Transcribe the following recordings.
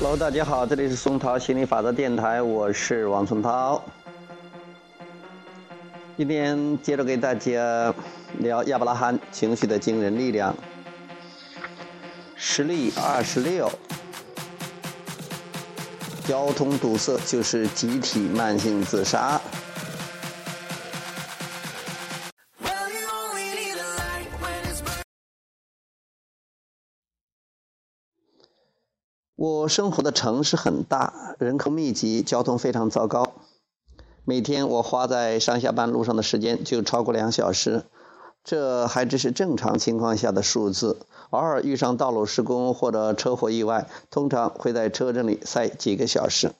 Hello， 大家好，这里是松涛心理法则电台，我是王松涛。今天接着给大家聊亚伯拉罕情绪的惊人力量。实例26，交通堵塞就是集体慢性自杀。我生活的城市很大，人口密集，交通非常糟糕。每天我花在上下班路上的时间就超过2小时，这还只是正常情况下的数字。偶尔遇上道路施工或者车祸意外，通常会在车阵里塞几个小时。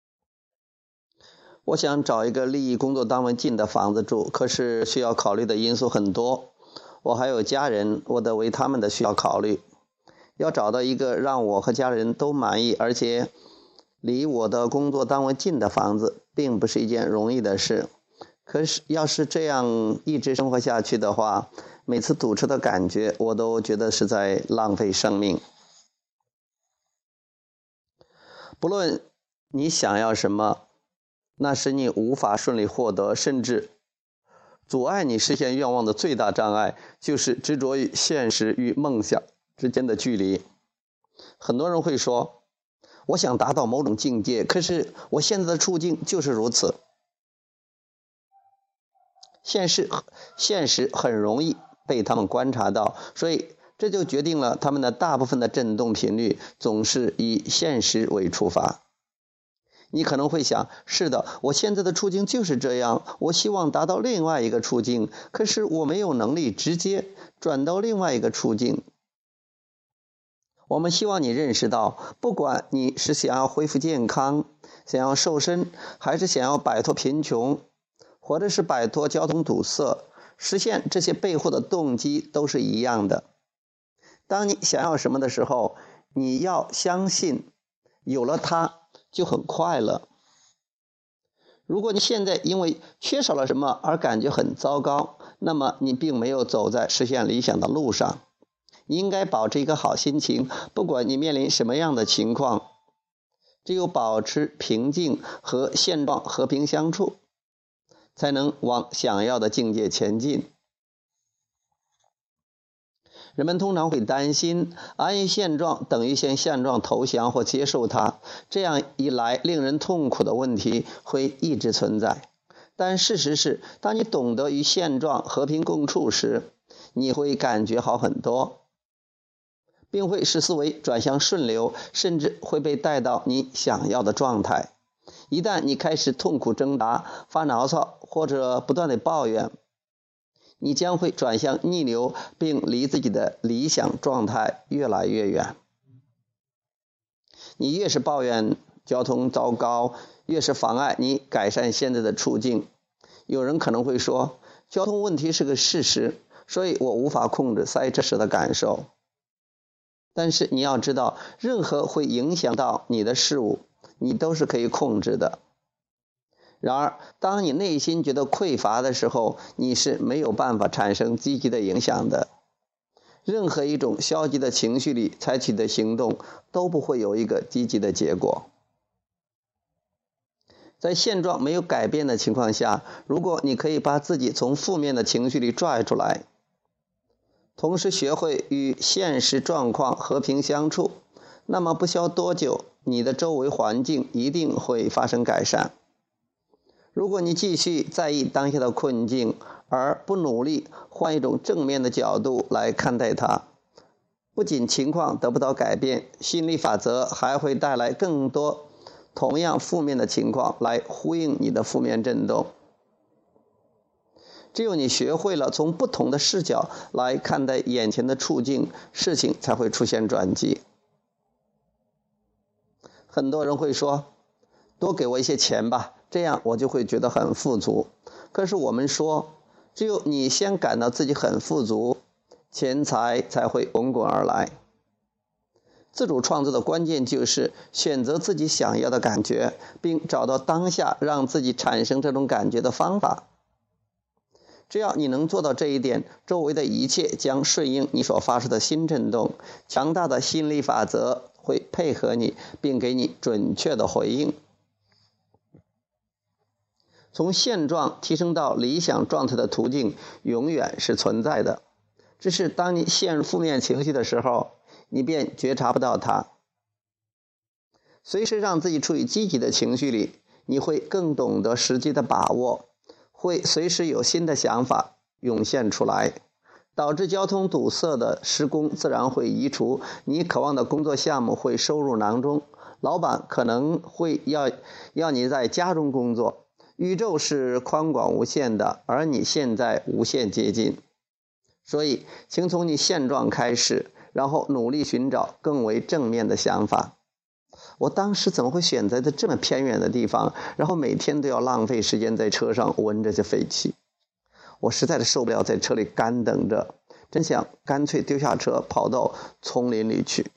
我想找一个离工作单位近的房子住，可是需要考虑的因素很多。我还有家人，我得为他们的需要考虑。要找到一个让我和家人都满意，而且离我的工作单位近的房子，并不是一件容易的事。可是要是这样一直生活下去的话，每次堵车的感觉，我都觉得是在浪费生命。不论你想要什么，那是你无法顺利获得，甚至阻碍你实现愿望的最大障碍，就是执着于现实与梦想之间的距离。很多人会说，我想达到某种境界，可是我现在的处境就是如此。现实很容易被他们观察到，所以这就决定了他们的大部分的振动频率总是以现实为出发。你可能会想，是的，我现在的处境就是这样，我希望达到另外一个处境，可是我没有能力直接转到另外一个处境。我们希望你认识到，不管你是想要恢复健康，想要瘦身，还是想要摆脱贫穷，或者是摆脱交通堵塞，实现这些背后的动机都是一样的。当你想要什么的时候，你要相信有了它就很快乐。如果你现在因为缺少了什么而感觉很糟糕，那么你并没有走在实现理想的路上。你应该保持一个好心情，不管你面临什么样的情况，只有保持平静和现状和平相处，才能往想要的境界前进。人们通常会担心，安于现状等于向现状投降或接受它，这样一来，令人痛苦的问题会一直存在。但事实是，当你懂得与现状和平共处时，你会感觉好很多，并会使思维转向顺流，甚至会被带到你想要的状态。一旦你开始痛苦挣扎、发牢骚或者不断的抱怨，你将会转向逆流，并离自己的理想状态越来越远。你越是抱怨交通糟糕，越是妨碍你改善现在的处境。有人可能会说，交通问题是个事实，所以我无法控制塞车时的感受。但是你要知道，任何会影响到你的事物，你都是可以控制的。然而，当你内心觉得匮乏的时候，你是没有办法产生积极的影响的。任何一种消极的情绪里采取的行动，都不会有一个积极的结果。在现状没有改变的情况下，如果你可以把自己从负面的情绪里拽出来，同时学会与现实状况和平相处，那么不消多久，你的周围环境一定会发生改善。如果你继续在意当下的困境，而不努力换一种正面的角度来看待它，不仅情况得不到改变，心理法则还会带来更多同样负面的情况来呼应你的负面振动。只有你学会了从不同的视角来看待眼前的处境，事情才会出现转机。很多人会说，多给我一些钱吧，这样我就会觉得很富足。可是我们说，只有你先感到自己很富足，钱财才会滚滚而来。自主创造的关键就是选择自己想要的感觉，并找到当下让自己产生这种感觉的方法。 只要你能做到这一点，周围的一切将顺应你所发出的新振动，强大的吸引力法则会配合你，并给你准确的回应。从现状提升到理想状态的途径永远是存在的，只是当你陷入负面情绪的时候，你便觉察不到它。随时让自己处于积极的情绪里，你会更懂得时机的把握，会随时有新的想法涌现出来，导致交通堵塞的施工自然会移除，你渴望的工作项目会收入囊中，老板可能会要你在家中工作。宇宙是宽广无限的，而你现在无限接近。所以请从你现状开始，然后努力寻找更为正面的想法。我当时怎么会选择在这么偏远的地方，然后每天都要浪费时间在车上闻着这废气？我实在是受不了在车里干等着，真想干脆丢下车跑到丛林里去。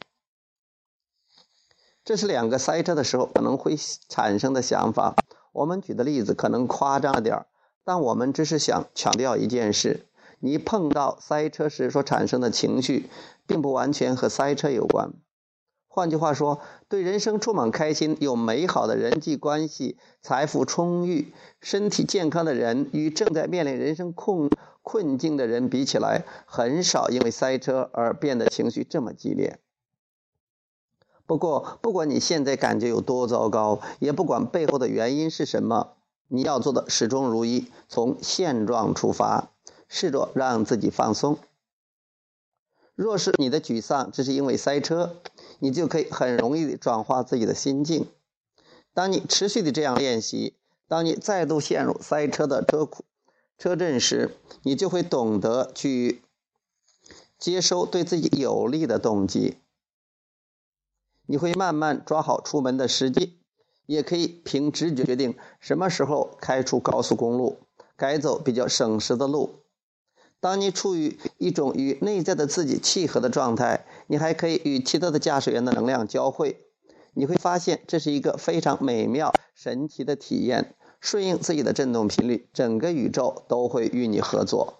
这是两个塞车的时候可能会产生的想法。我们举的例子可能夸张了点，但我们只是想强调一件事：你碰到塞车时所产生的情绪并不完全和塞车有关。换句话说，对人生充满开心、有美好的人际关系、财富充裕、身体健康的人，与正在面临人生困境的人比起来，很少因为塞车而变得情绪这么激烈。不过，不管你现在感觉有多糟糕，也不管背后的原因是什么，你要做的始终如一，从现状出发，试着让自己放松。若是你的沮丧只是因为塞车，你就可以很容易地转化自己的心境。当你持续地这样练习，当你再度陷入塞车的车阵时，你就会懂得去接收对自己有利的动机。你会慢慢抓好出门的时机，也可以凭直觉决定什么时候开出高速公路，改走比较省时的路。当你处于一种与内在的自己契合的状态，你还可以与其他的驾驶员的能量交汇。你会发现这是一个非常美妙、神奇的体验。顺应自己的振动频率，整个宇宙都会与你合作。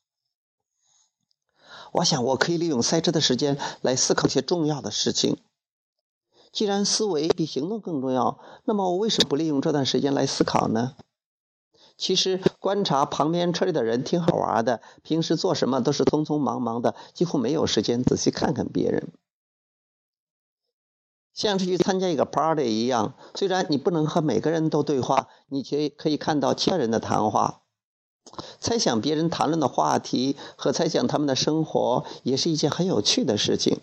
我想我可以利用塞车的时间来思考一些重要的事情。既然思维比行动更重要，那么我为什么不利用这段时间来思考呢？其实观察旁边车里的人挺好玩的，平时做什么都是匆匆忙忙的，几乎没有时间仔细看看别人。像是去参加一个 party 一样，虽然你不能和每个人都对话，你却可以看到其他人的谈话。猜想别人谈论的话题和猜想他们的生活也是一件很有趣的事情。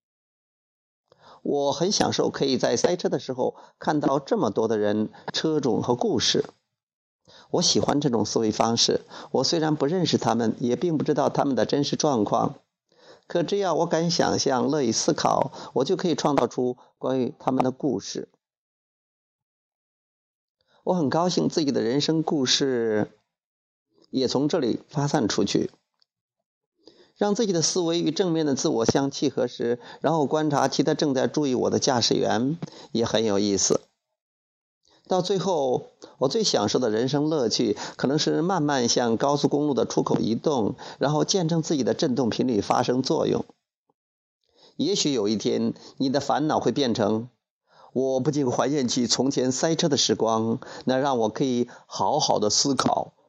我很享受可以在塞车的时候看到这么多的人、车种和故事。我喜欢这种思维方式。我虽然不认识他们，也并不知道他们的真实状况，可只要我敢想象、乐意思考，我就可以创造出关于他们的故事。我很高兴自己的人生故事也从这里发散出去。让自己的思维与正面的自我相契合时，然后观察其他正在注意我的驾驶员，也很有意思。到最后，我最享受的人生乐趣，可能是慢慢向高速公路的出口移动，然后见证自己的振动频率发生作用。也许有一天，你的烦恼会变成：我不禁怀念起从前塞车的时光，那让我可以好好的思考